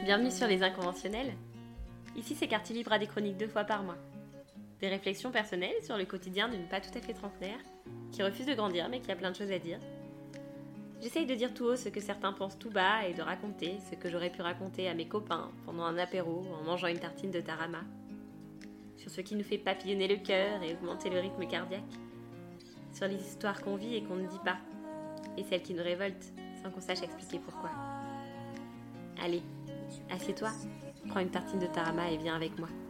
Bienvenue sur Les Inconventionnels. Ici, c'est Quartier Libre à des chroniques 2 fois par mois. Des réflexions personnelles sur le quotidien d'une pas tout à fait trentenaire, qui refuse de grandir mais qui a plein de choses à dire. J'essaye de dire tout haut ce que certains pensent tout bas et de raconter ce que j'aurais pu raconter à mes copains pendant un apéro en mangeant une tartine de tarama. Sur ce qui nous fait papillonner le cœur et augmenter le rythme cardiaque. Sur les histoires qu'on vit et qu'on ne dit pas. Et celles qui nous révoltent sans qu'on sache expliquer pourquoi. Allez, assieds-toi, prends une tartine de tarama et viens avec moi.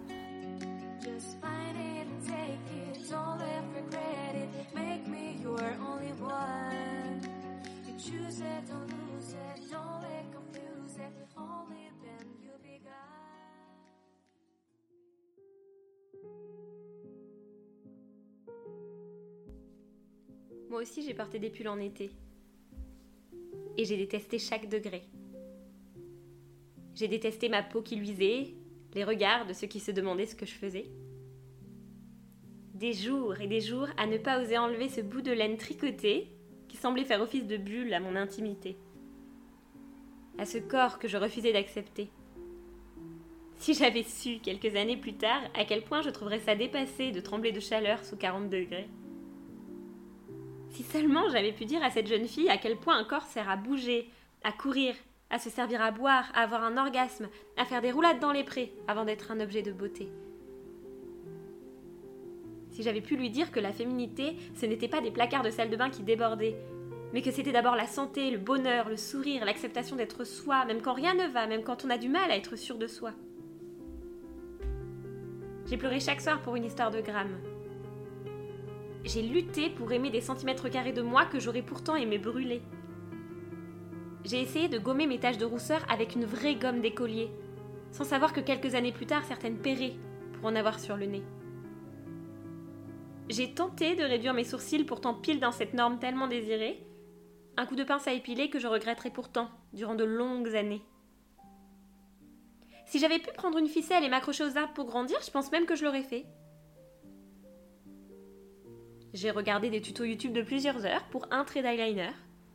Moi aussi j'ai porté des pulls en été. Et j'ai détesté chaque degré. J'ai détesté ma peau qui luisait, les regards de ceux qui se demandaient ce que je faisais. Des jours et des jours à ne pas oser enlever ce bout de laine tricoté qui semblait faire office de bulle à mon intimité. À ce corps que je refusais d'accepter. Si j'avais su, quelques années plus tard, à quel point je trouverais ça dépassé de trembler de chaleur sous 40 degrés. Si seulement j'avais pu dire à cette jeune fille à quel point un corps sert à bouger, à courir, à se servir à boire, à avoir un orgasme, à faire des roulades dans les prés avant d'être un objet de beauté. Si j'avais pu lui dire que la féminité, ce n'était pas des placards de salle de bain qui débordaient, mais que c'était d'abord la santé, le bonheur, le sourire, l'acceptation d'être soi, même quand rien ne va, même quand on a du mal à être sûr de soi. J'ai pleuré chaque soir pour une histoire de grammes. J'ai lutté pour aimer des centimètres carrés de moi que j'aurais pourtant aimé brûler. J'ai essayé de gommer mes taches de rousseur avec une vraie gomme d'écolier, sans savoir que quelques années plus tard, certaines paieraient pour en avoir sur le nez. J'ai tenté de réduire mes sourcils pourtant pile dans cette norme tellement désirée, un coup de pince à épiler que je regretterai pourtant durant de longues années. Si j'avais pu prendre une ficelle et m'accrocher aux arbres pour grandir, je pense même que je l'aurais fait. J'ai regardé des tutos YouTube de plusieurs heures pour un trait d'eyeliner.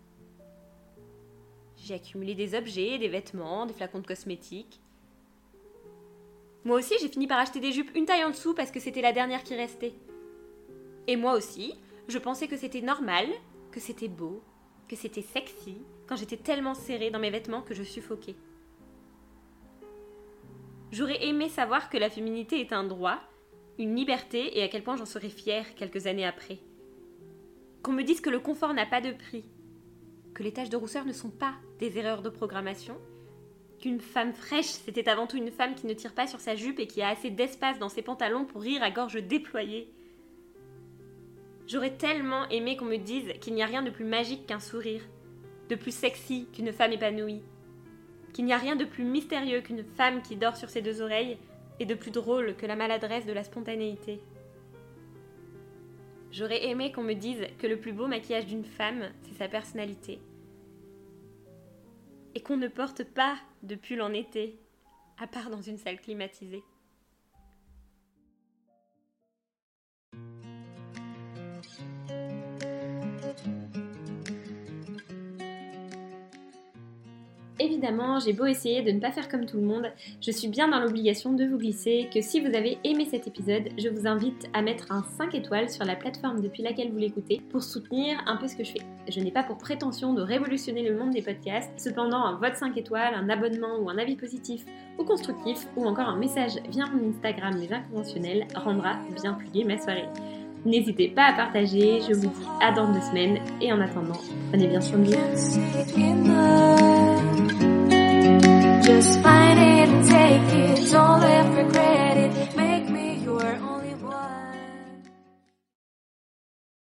J'ai accumulé des objets, des vêtements, des flacons de cosmétiques. Moi aussi, j'ai fini par acheter des jupes une taille en dessous parce que c'était la dernière qui restait. Et moi aussi, je pensais que c'était normal, que c'était beau, que c'était sexy, quand j'étais tellement serrée dans mes vêtements que je suffoquais. J'aurais aimé savoir que la féminité est un droit, une liberté, et à quel point j'en serais fière quelques années après. Qu'on me dise que le confort n'a pas de prix, que les taches de rousseur ne sont pas des erreurs de programmation, qu'une femme fraîche, c'était avant tout une femme qui ne tire pas sur sa jupe et qui a assez d'espace dans ses pantalons pour rire à gorge déployée. J'aurais tellement aimé qu'on me dise qu'il n'y a rien de plus magique qu'un sourire, de plus sexy qu'une femme épanouie, qu'il n'y a rien de plus mystérieux qu'une femme qui dort sur ses deux oreilles et de plus drôle que la maladresse de la spontanéité. J'aurais aimé qu'on me dise que le plus beau maquillage d'une femme, c'est sa personnalité. Et qu'on ne porte pas de pull en été, à part dans une salle climatisée. Évidemment, j'ai beau essayer de ne pas faire comme tout le monde, je suis bien dans l'obligation de vous glisser que si vous avez aimé cet épisode, je vous invite à mettre un 5 étoiles sur la plateforme depuis laquelle vous l'écoutez pour soutenir un peu ce que je fais. Je n'ai pas pour prétention de révolutionner le monde des podcasts, cependant un vote 5 étoiles, un abonnement ou un avis positif ou constructif ou encore un message via mon Instagram Les Inconventionnels rendra bien plus gai ma soirée. N'hésitez pas à partager, je vous dis à dans 2 semaines et en attendant, prenez bien soin de vous. Just find it and take it, don't let regret it.